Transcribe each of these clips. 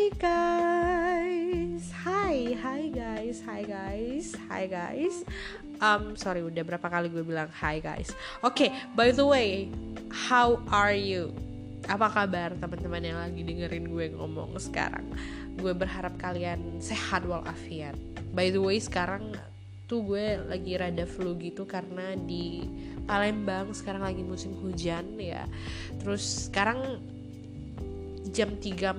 Hi guys. Sorry udah berapa kali gue bilang hi guys. Oke, by the way, how are you? Apa kabar teman-teman yang lagi dengerin gue ngomong sekarang? Gue berharap kalian sehat walafiat. By the way, sekarang tuh gue lagi rada flu gitu karena di Palembang sekarang lagi musim hujan ya. Terus sekarang jam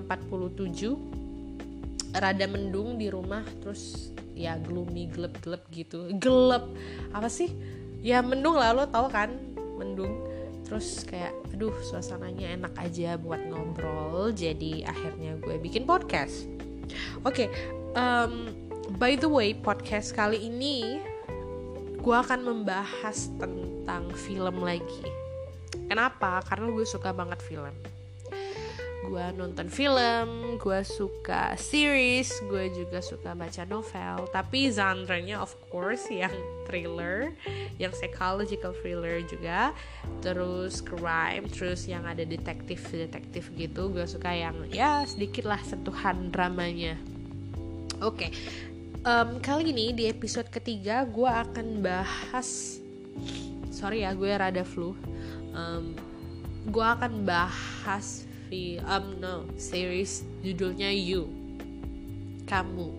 3.47 rada mendung di rumah, terus ya gloomy, gelap gitu. Gelap apa sih? Ya mendung lah, lo tau kan, mendung. Terus kayak aduh suasananya enak aja buat ngobrol. Jadi akhirnya gue bikin podcast. Oke, by the way, podcast kali ini gue akan membahas tentang film lagi. Kenapa? Karena gue suka banget film. Gue nonton film, gue suka series, gue juga suka baca novel. Tapi genre-nya of course yang thriller, yang psychological thriller juga. Terus crime, terus yang ada detektif gitu. Gue suka yang ya sedikit lah sentuhan dramanya. Oke. Kali ini di episode ketiga gue akan bahas, sorry ya gue rada flu. Gue akan bahas series judulnya You. Kamu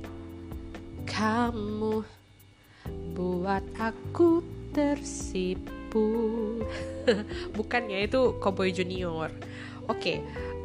buat aku tersipu. Bukannya itu Cowboy Junior. Oke.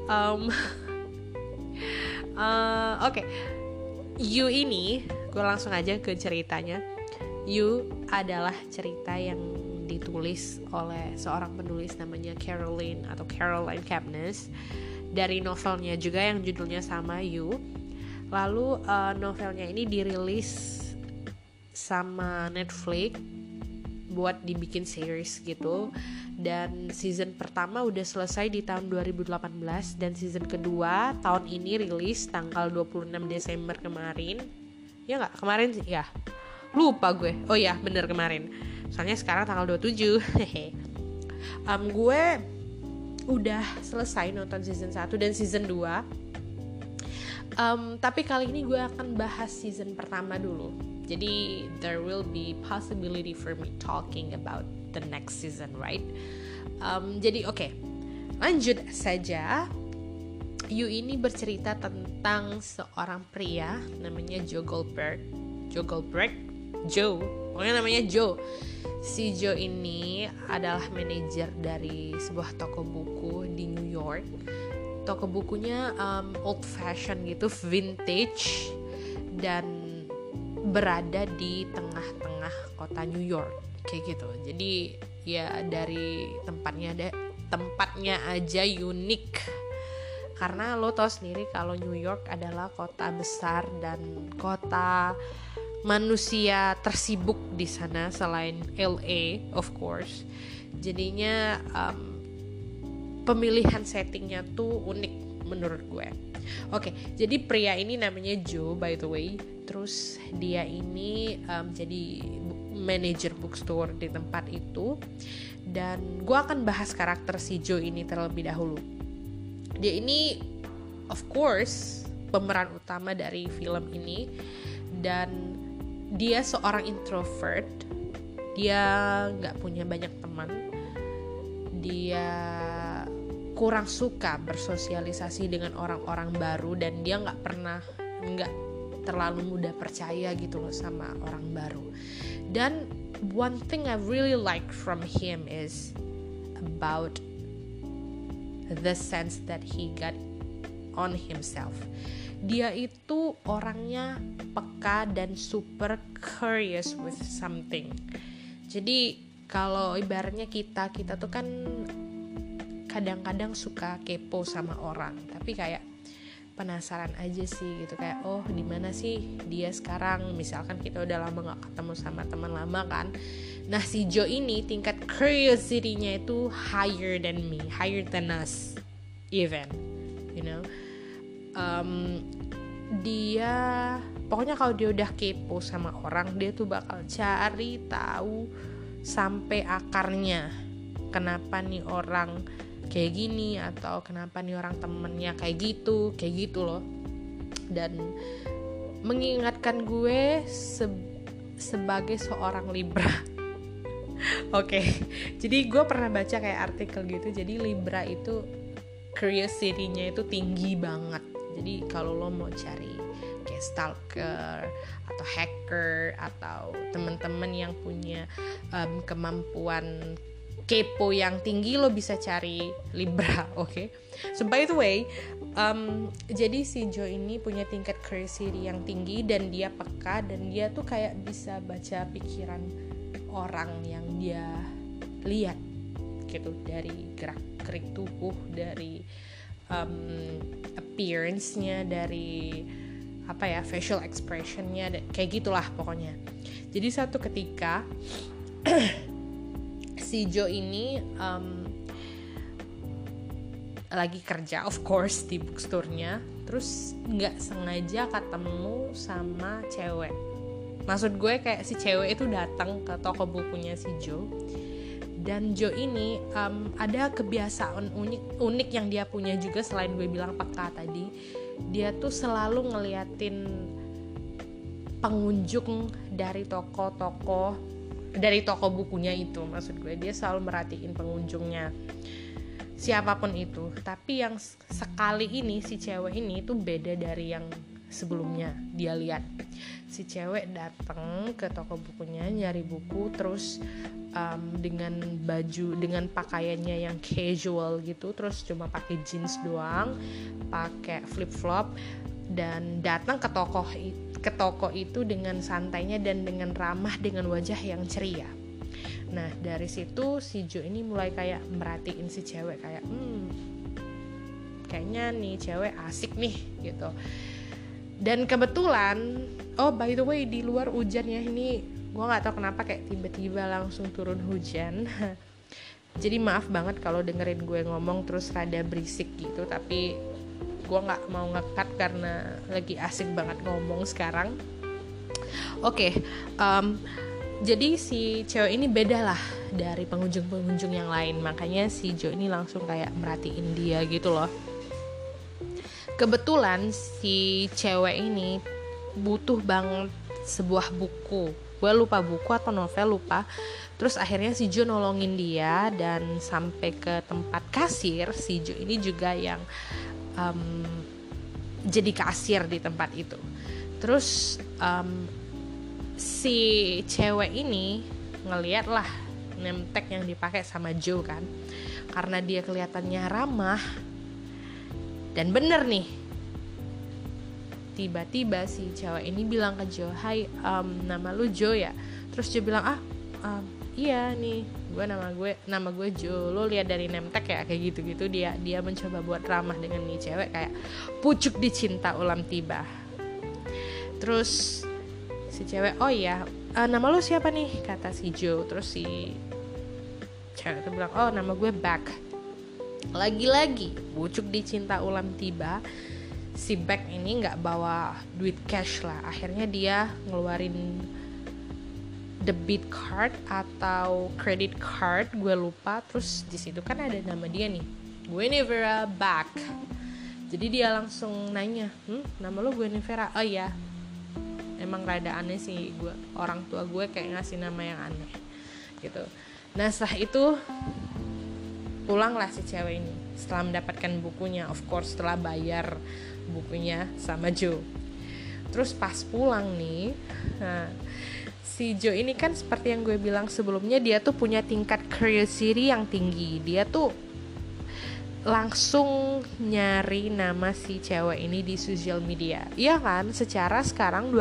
Oke. You ini, gue langsung aja ke ceritanya. You adalah cerita yang ditulis oleh seorang penulis namanya Caroline Kepnes, dari novelnya juga yang judulnya sama, You. Lalu novelnya ini dirilis sama Netflix buat dibikin series gitu, dan season pertama udah selesai di tahun 2018 dan season kedua tahun ini rilis tanggal 26 Desember kemarin. Ya nggak? Kemarin sih ya. Lupa gue. Oh ya, bener kemarin. Soalnya sekarang tanggal 27. Gue udah selesai nonton season 1 dan season 2. Tapi kali ini gue akan bahas season pertama dulu. Jadi there will be possibility for me talking about the next season, right? Jadi oke. Lanjut saja. You ini bercerita tentang seorang pria namanya Joe Goldberg. Pokoknya namanya Joe. Si Joe ini adalah manajer dari sebuah toko buku di New York. Toko bukunya old fashion gitu, vintage, dan berada di tengah-tengah kota New York kayak gitu. Jadi ya dari tempatnya aja unik. Karena lo tau sendiri kalau New York adalah kota besar dan kota manusia tersibuk di sana selain LA of course. Jadinya pemilihan settingnya tuh unik menurut gue. Oke, jadi pria ini namanya Joe by the way. Terus dia ini jadi manajer bookstore di tempat itu. Dan gue akan bahas karakter si Joe ini terlebih dahulu. Dia ini of course pemeran utama dari film ini. Dan dia seorang introvert. Dia gak punya banyak teman. Dia kurang suka bersosialisasi dengan orang-orang baru. Dan dia gak terlalu mudah percaya gitu loh sama orang baru. Dan one thing I really like from him is about the sense that he got on himself. Dia itu orangnya peka dan super curious with something. Jadi kalau ibaratnya kita tuh kan kadang-kadang suka kepo sama orang, tapi kayak penasaran aja sih gitu, kayak oh di mana sih dia sekarang, misalkan kita udah lama gak ketemu sama teman lama kan. Nah si Joe ini tingkat curiosity-nya itu higher than us even, you know. Dia pokoknya kalau dia udah kepo sama orang, dia tuh bakal cari tahu sampai akarnya kenapa nih orang kayak gini, atau kenapa nih orang temennya kayak gitu loh. Dan mengingatkan gue sebagai seorang Libra. Oke, jadi gue pernah baca kayak artikel gitu. Jadi Libra itu curiosity-nya itu tinggi banget. Jadi kalau lo mau cari kayak stalker atau hacker atau teman-teman yang punya kemampuan kepo yang tinggi, lo bisa cari Libra, oke? So by the way, jadi si Joe ini punya tingkat curiosity yang tinggi dan dia peka, dan dia tuh kayak bisa baca pikiran orang yang dia lihat gitu, dari gerak-gerik tubuh, dari appearance-nya, dari facial expression-nya, kayak gitulah pokoknya. Jadi satu ketika si Joe ini lagi kerja, of course, di bookstore-nya, terus nggak sengaja ketemu sama cewek. Maksud gue kayak si cewek itu datang ke toko bukunya si Joe, dan Joe ini ada kebiasaan unik yang dia punya juga selain gue bilang peka tadi. Dia tuh selalu ngeliatin pengunjung dari toko bukunya itu. Maksud gue dia selalu merhatiin pengunjungnya, siapapun itu. Tapi yang sekali ini si cewek ini tuh beda dari yang sebelumnya dia lihat. Si cewek datang ke toko bukunya nyari buku, terus dengan baju, dengan pakaiannya yang casual gitu, terus cuma pakai jeans doang, pakai flip flop, dan datang ke toko itu dengan santainya dan dengan ramah, dengan wajah yang ceria. Nah dari situ si Joe ini mulai kayak merhatiin si cewek, kayak kayaknya nih cewek asik nih gitu. Dan kebetulan, by the way, di luar hujan ya, ini gue nggak tahu kenapa kayak tiba-tiba langsung turun hujan. Jadi maaf banget kalau dengerin gue ngomong terus rada berisik gitu, tapi gue nggak mau nge-cut karena lagi asik banget ngomong sekarang. Oke, jadi si cewek ini beda lah dari pengunjung-pengunjung yang lain, makanya si Joe ini langsung kayak merhatiin dia gitu loh. Kebetulan si cewek ini butuh banget sebuah buku. Gue lupa buku atau novel, lupa. Terus akhirnya si Joe nolongin dia, dan sampai ke tempat kasir. Si Joe ini juga yang jadi kasir di tempat itu. Terus si cewek ini ngeliat lah name tag yang dipakai sama Joe kan, karena dia kelihatannya ramah. Dan bener nih, tiba-tiba si cewek ini bilang ke Joe, "Hai, nama lu Joe ya?" Terus Joe bilang, iya nih, nama gue Joe, lo lihat dari name tag ya, kayak gitu-gitu. Dia mencoba buat ramah dengan nih cewek, kayak pucuk dicinta ulam tiba. Terus si cewek, "Oh iya, nama lu siapa nih?" kata si Joe. Terus si cewek itu bilang, "Oh, nama gue Beck." Lagi-lagi pucuk dicinta ulam tiba. Si Beck ini nggak bawa duit cash lah. Akhirnya dia ngeluarin debit card atau credit card, gue lupa. Terus di situ kan ada nama dia nih, Guinevere Beck. Jadi dia langsung nanya, nama lo Guinevere? Oh iya, emang rada aneh sih, orang tua gue kayak ngasih nama yang aneh gitu. Nah setelah itu pulanglah si cewek ini setelah mendapatkan bukunya, of course setelah bayar bukunya sama Joe. Terus pas pulang nih, si Joe ini kan seperti yang gue bilang sebelumnya, dia tuh punya tingkat curiosity yang tinggi. Dia tuh langsung nyari nama si cewek ini di sosial media. Iya kan, secara sekarang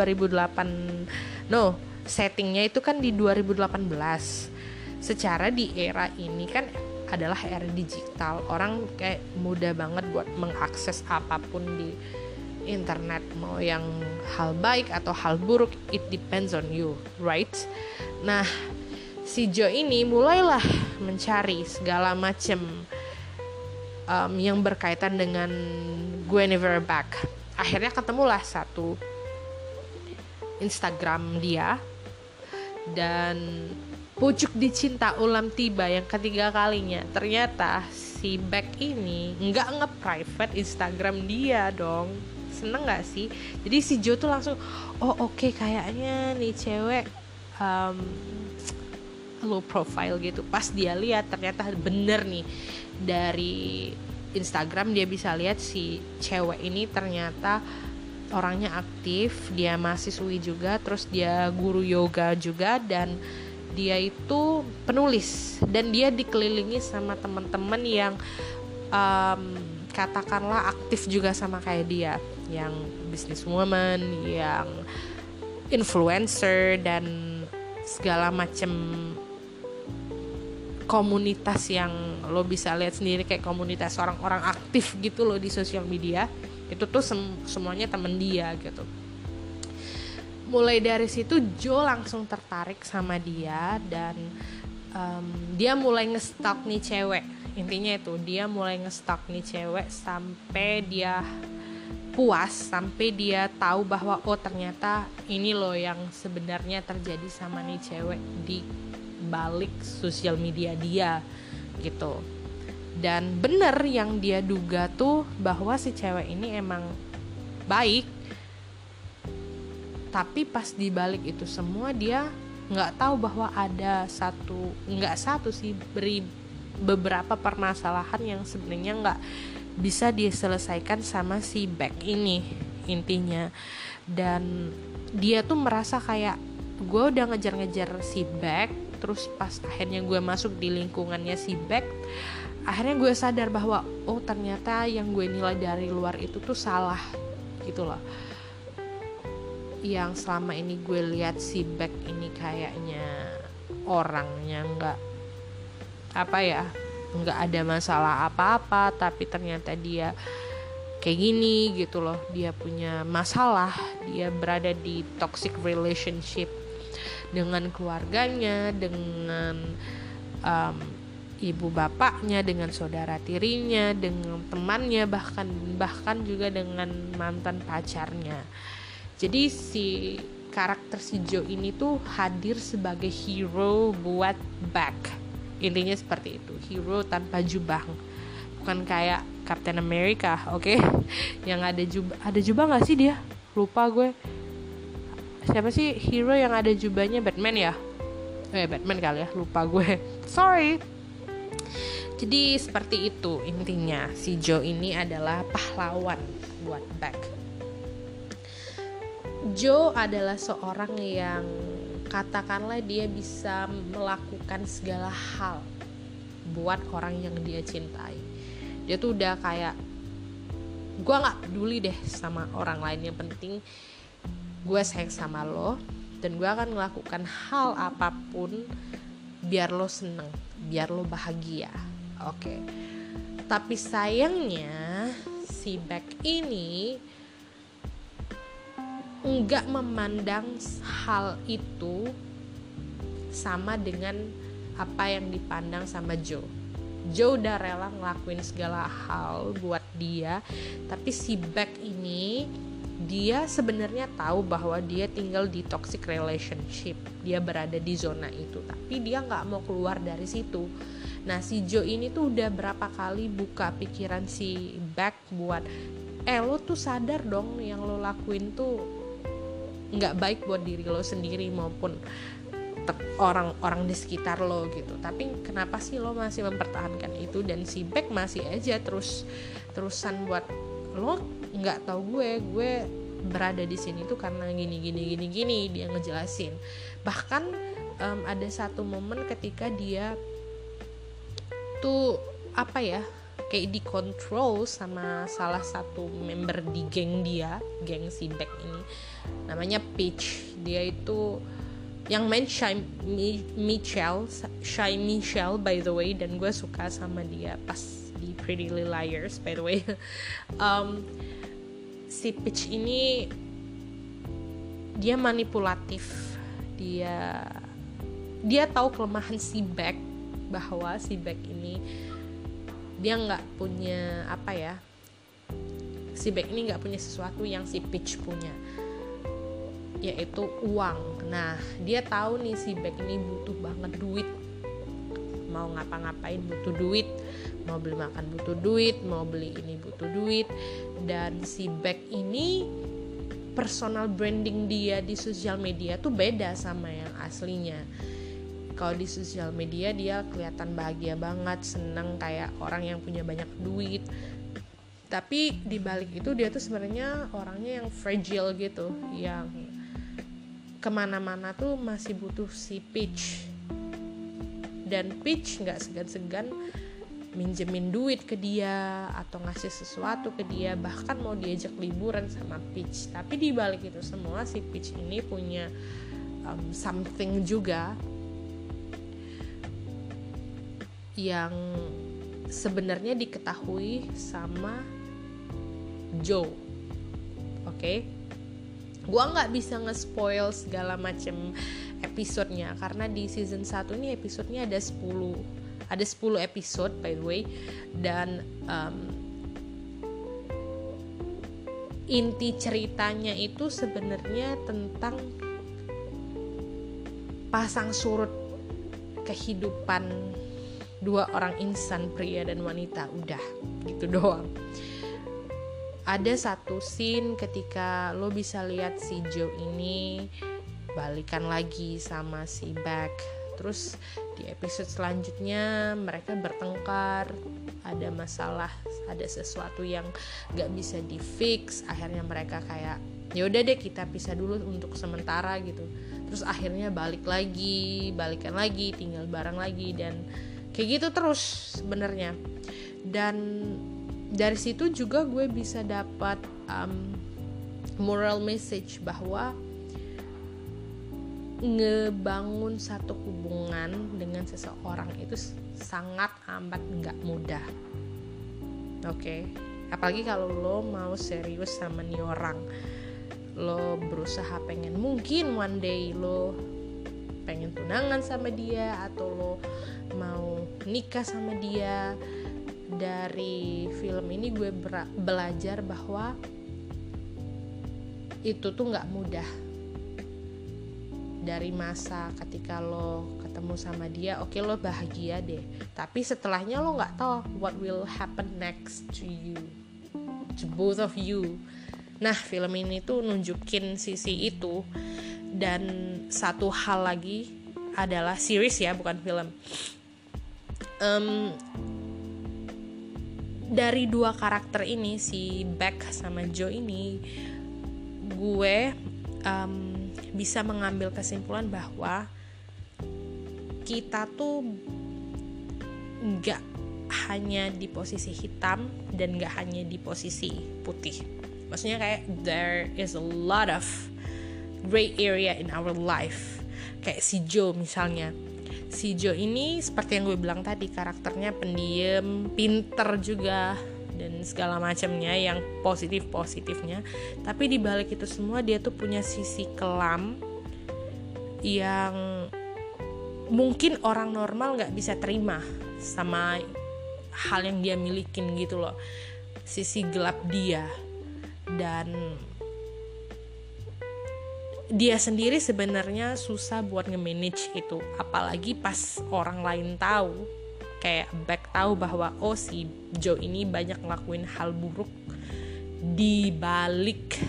settingnya itu kan di 2018. Secara di era ini kan adalah era digital, orang kayak mudah banget buat mengakses apapun di internet, mau yang hal baik atau hal buruk, it depends on you, right? Nah, si Joe ini mulailah mencari segala macam yang berkaitan dengan Guinevere Beck. Akhirnya ketemulah satu Instagram dia, dan pucuk dicinta ulam tiba yang ketiga kalinya, ternyata si Beck ini nggak nge-private Instagram dia dong. Seneng nggak sih? Jadi si Jo tuh langsung oke, kayaknya nih cewek low profile gitu. Pas dia lihat ternyata bener nih, dari Instagram dia bisa lihat si cewek ini ternyata orangnya aktif, dia mahasiswi juga, terus dia guru yoga juga, dan dia itu penulis, dan dia dikelilingi sama teman-teman yang katakanlah aktif juga sama kayak dia, yang businesswoman, yang influencer, dan segala macam komunitas yang lo bisa lihat sendiri, kayak komunitas orang-orang aktif gitu loh di sosial media. Itu tuh semuanya temen dia gitu. Mulai dari situ Jo langsung tertarik sama dia, dan dia mulai nge-stalk nih cewek. Intinya itu, dia mulai nge-stalk nih cewek sampai dia puas, sampai dia tahu bahwa ternyata ini loh yang sebenarnya terjadi sama nih cewek di balik sosial media dia gitu. Dan bener yang dia duga tuh, bahwa si cewek ini emang baik, tapi pas dibalik itu semua dia nggak tahu bahwa ada beberapa permasalahan yang sebenarnya nggak bisa diselesaikan sama si Beck ini intinya. Dan dia tuh merasa kayak, gue udah ngejar-ngejar si Beck, terus pas akhirnya gue masuk di lingkungannya si Beck, akhirnya gue sadar bahwa ternyata yang gue nilai dari luar itu tuh salah gitu loh. Yang selama ini gue lihat si Beck ini kayaknya orangnya nggak ada masalah apa-apa, tapi ternyata dia kayak gini gitu loh. Dia punya masalah, dia berada di toxic relationship dengan keluarganya, dengan ibu bapaknya, dengan saudara tirinya, dengan temannya, bahkan juga dengan mantan pacarnya. Jadi si karakter si Jo ini tuh hadir sebagai hero buat Beck. Intinya seperti itu, hero tanpa jubah. Bukan kayak Captain America, oke? Yang ada jubah nggak sih dia? Lupa gue. Siapa sih hero yang ada jubahnya? Batman ya? Batman kali ya, lupa gue. Sorry. Jadi seperti itu intinya, si Jo ini adalah pahlawan buat Beck. Jo adalah seorang yang katakanlah dia bisa melakukan segala hal buat orang yang dia cintai. Dia tuh udah kayak, gue gak peduli deh sama orang lain, yang penting gue sayang sama lo, dan gue akan melakukan hal apapun biar lo seneng, biar lo bahagia. Oke. Tapi sayangnya si Beck ini enggak memandang hal itu sama dengan apa yang dipandang sama Jo. Jo udah rela ngelakuin segala hal buat dia, tapi si Beck ini, dia sebenarnya tahu bahwa dia tinggal di toxic relationship, dia berada di zona itu, tapi dia nggak mau keluar dari situ. Nah si Jo ini tuh udah berapa kali buka pikiran si Beck buat, lo tuh sadar dong yang lo lakuin tuh nggak baik buat diri lo sendiri maupun orang-orang di sekitar lo gitu. Tapi kenapa sih lo masih mempertahankan itu? Dan si Beck masih aja terusan buat, lo nggak tahu gue berada di sini tuh karena gini. Dia ngejelasin. Bahkan ada satu momen ketika dia tuh kayak dikontrol sama salah satu member di geng si Beck ini, namanya Peach. Dia itu yang main Shy Michelle by the way, dan gue suka sama dia pas di Pretty Little Liars by the way. Si Peach ini dia manipulatif, dia tahu kelemahan si Beck, bahwa si Beck ini dia nggak punya si Beck ini nggak punya sesuatu yang si Peach punya, yaitu uang. Nah dia tahu nih si Beck ini butuh banget duit, mau ngapa-ngapain butuh duit, mau beli makan butuh duit, mau beli ini butuh duit. Dan si Beck ini personal branding dia di sosial media tuh beda sama yang aslinya. Kalau di sosial media dia kelihatan bahagia banget, seneng kayak orang yang punya banyak duit. Tapi di balik itu dia tuh sebenarnya orangnya yang fragile gitu, yang kemana-mana tuh masih butuh si Peach. Dan Peach nggak segan-segan minjemin duit ke dia atau ngasih sesuatu ke dia, bahkan mau diajak liburan sama Peach. Tapi di balik itu semua si Peach ini punya something juga yang sebenarnya diketahui sama Joe. Oke? Gua nggak bisa nge-spoil segala macam episodenya karena di season 1 ini episodenya ada 10 episode by the way, dan inti ceritanya itu sebenarnya tentang pasang surut kehidupan dua orang insan, pria dan wanita. Udah gitu doang. Ada satu scene ketika lo bisa lihat si Joe ini balikan lagi sama si Beck. Terus di episode selanjutnya mereka bertengkar, ada masalah, ada sesuatu yang gak bisa di fix. Akhirnya mereka kayak ya udah deh kita pisah dulu untuk sementara gitu. Terus akhirnya balikan lagi, tinggal bareng lagi, dan kayak gitu terus sebenarnya. Dan dari situ juga gue bisa dapat moral message bahwa ngebangun satu hubungan dengan seseorang itu sangat amat nggak mudah. Oke? Apalagi kalau lo mau serius sama nih orang, lo berusaha pengen, mungkin one day lo pengen tunangan sama dia atau lo mau nikah sama dia. Dari film ini gue belajar bahwa itu tuh nggak mudah. Dari masa ketika lo ketemu sama dia, oke, lo bahagia deh, tapi setelahnya lo nggak tahu what will happen next to you, to both of you. Nah, film ini tuh nunjukin sisi itu. Dan satu hal lagi adalah series ya, bukan film. Dari dua karakter ini, si Beck sama Joe ini, gue bisa mengambil kesimpulan bahwa kita tuh gak hanya di posisi hitam dan gak hanya di posisi putih. Maksudnya kayak there is a lot of gray area in our life. Kayak si Joe misalnya. Si Joe ini seperti yang gue bilang tadi, karakternya pendiam, pinter juga, dan segala macamnya yang positifnya. Tapi di balik itu semua dia tuh punya sisi kelam yang mungkin orang normal nggak bisa terima sama hal yang dia milikin gitu loh, sisi gelap dia. Dan dia sendiri sebenarnya susah buat nge-manage itu, apalagi pas orang lain tahu. Kayak Beck tahu bahwa si Joe ini banyak ngelakuin hal buruk di balik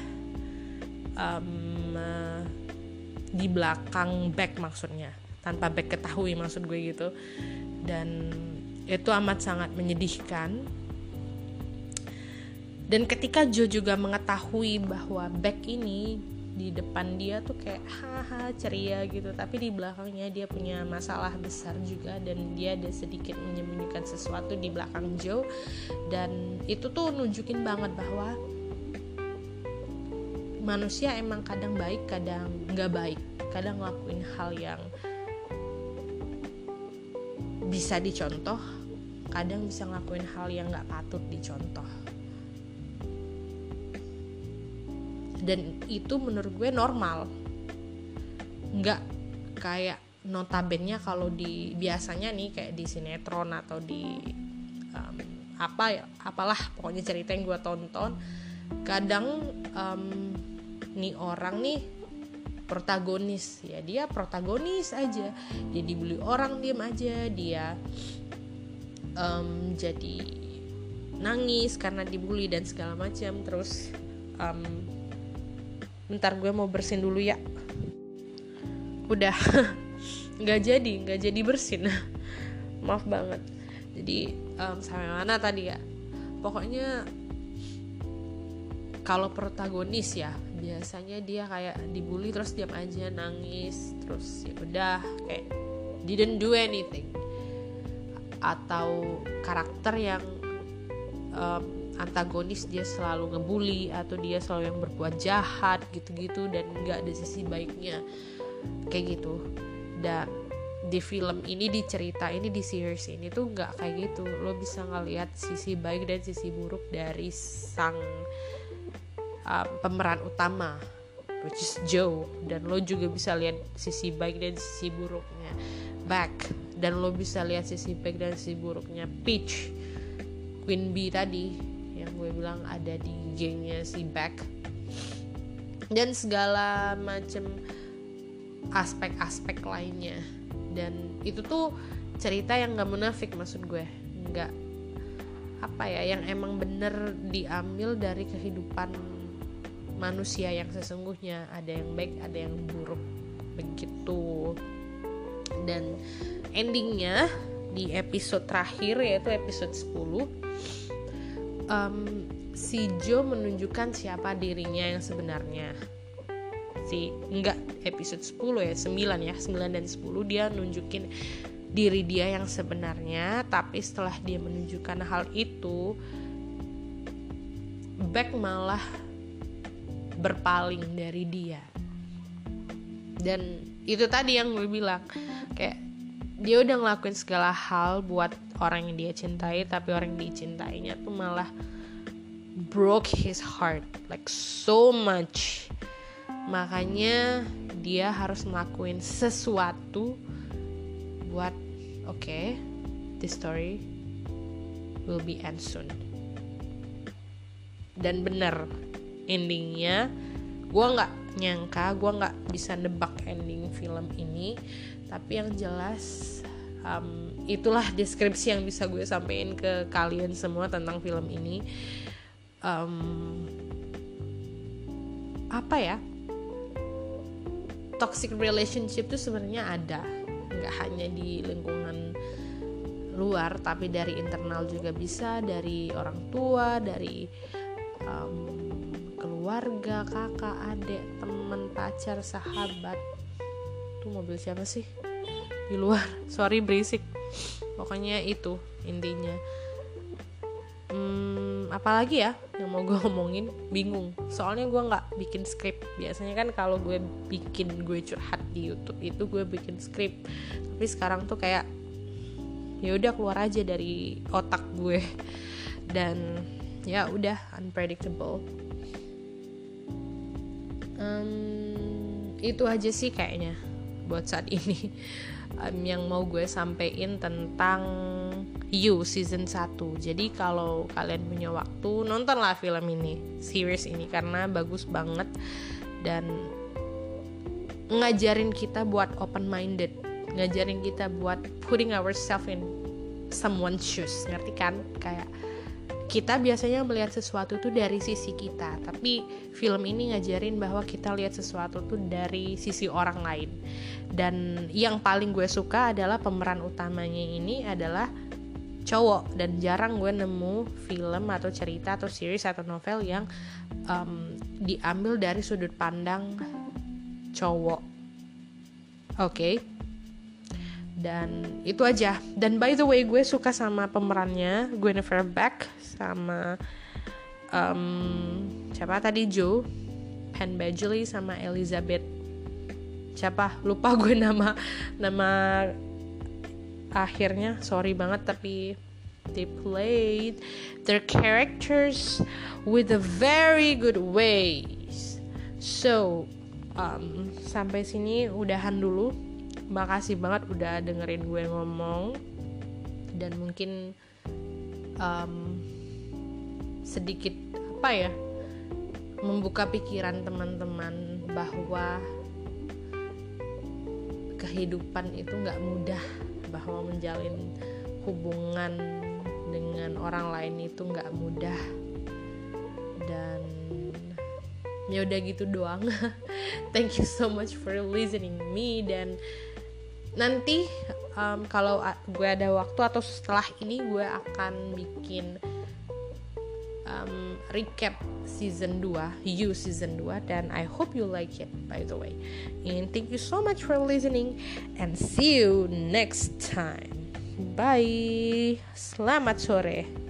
di belakang Beck, maksudnya tanpa Beck ketahui, maksud gue gitu. Dan itu amat sangat menyedihkan. Dan ketika Joe juga mengetahui bahwa Beck ini di depan dia tuh kayak haha ceria gitu, tapi di belakangnya dia punya masalah besar juga, dan dia ada sedikit menyembunyikan sesuatu di belakang Joe. Dan itu tuh nunjukin banget bahwa manusia emang kadang baik, kadang nggak baik, kadang ngelakuin hal yang bisa dicontoh, kadang bisa ngelakuin hal yang nggak patut dicontoh. Dan itu menurut gue normal, nggak kayak notabene kalau di biasanya nih kayak di sinetron atau di apalah pokoknya cerita yang gue tonton, kadang nih orang nih protagonis, ya dia protagonis aja, dia dibully orang diem aja, dia jadi nangis karena dibully dan segala macam. Terus bentar gue mau bersin dulu ya, udah nggak jadi bersin maaf banget. Jadi sampai mana tadi ya, pokoknya kalau protagonis ya biasanya dia kayak dibully terus diam aja nangis, terus ya udah kayak didn't do anything. Atau karakter yang antagonis, dia selalu ngebully atau dia selalu yang berbuat jahat gitu-gitu dan nggak ada sisi baiknya kayak gitu. Dan di film ini, di cerita ini, di series ini tuh nggak kayak gitu. Lo bisa ngeliat sisi baik dan sisi buruk dari sang pemeran utama, which is Joe, dan lo juga bisa lihat sisi baik dan sisi buruknya Beck, dan lo bisa lihat sisi baik dan sisi buruknya Peach, Queen Bee tadi yang gue bilang ada di gengnya si Beck, dan segala macam aspek-aspek lainnya. Dan itu tuh cerita yang gak munafik, maksud gue gak apa ya, yang emang bener diambil dari kehidupan manusia yang sesungguhnya. Ada yang baik, ada yang buruk begitu. Dan endingnya di episode terakhir, yaitu episode 10, si Joe menunjukkan siapa dirinya yang sebenarnya. Episode 10 ya, 9 dan 10 dia nunjukin diri dia yang sebenarnya. Tapi setelah dia menunjukkan hal itu, Beck malah berpaling dari dia. Dan itu tadi yang gue bilang, kayak dia udah ngelakuin segala hal buat orang yang dia cintai, tapi orang yang dicintainya tuh malah broke his heart like so much. Makanya dia harus ngelakuin sesuatu buat this story will be end soon. Dan bener endingnya, gue nggak nyangka, gue nggak bisa nebak ending film ini. Tapi yang jelas itulah deskripsi yang bisa gue sampein ke kalian semua tentang film ini. Toxic relationship itu sebenarnya ada, nggak hanya di lingkungan luar, tapi dari internal juga bisa, dari orang tua, dari keluarga, kakak, adik, teman, pacar, sahabat. Tuh mobil siapa sih di luar? Sorry berisik. Pokoknya itu intinya. Apalagi ya yang mau gue ngomongin, bingung. Soalnya gue nggak bikin skrip. Biasanya kan kalau gue curhat di YouTube itu gue bikin skrip. Tapi sekarang tuh kayak ya udah keluar aja dari otak gue. Dan ya udah unpredictable. Itu aja sih kayaknya buat saat ini yang mau gue sampein tentang You season 1. Jadi kalau kalian punya waktu, nontonlah film ini, series ini, karena bagus banget dan ngajarin kita buat open minded, ngajarin kita buat putting ourselves in someone's shoes. Ngerti kan? Kayak kita biasanya melihat sesuatu tuh dari sisi kita, tapi film ini ngajarin bahwa kita lihat sesuatu tuh dari sisi orang lain. Dan yang paling gue suka adalah pemeran utamanya ini adalah cowok, dan jarang gue nemu film atau cerita atau series atau novel yang diambil dari sudut pandang cowok. Oke. Dan itu aja. Dan by the way, gue suka sama pemerannya, Guinevere Beck sama siapa tadi, Joe, Penn Badgley sama Elizabeth. Siapa? Lupa gue nama akhirnya, sorry banget, tapi they played their characters with a very good ways. So sampai sini udahan dulu. Makasih banget udah dengerin gue ngomong, dan mungkin sedikit membuka pikiran teman-teman bahwa kehidupan itu nggak mudah, bahwa menjalin hubungan dengan orang lain itu nggak mudah. Dan ya udah gitu doang. Thank you so much for listening me. Dan nanti kalau gue ada waktu atau setelah ini gue akan bikin recap season 2, You season 2, dan I hope you like it by the way. And thank you so much for listening and see you next time. Bye. Selamat sore.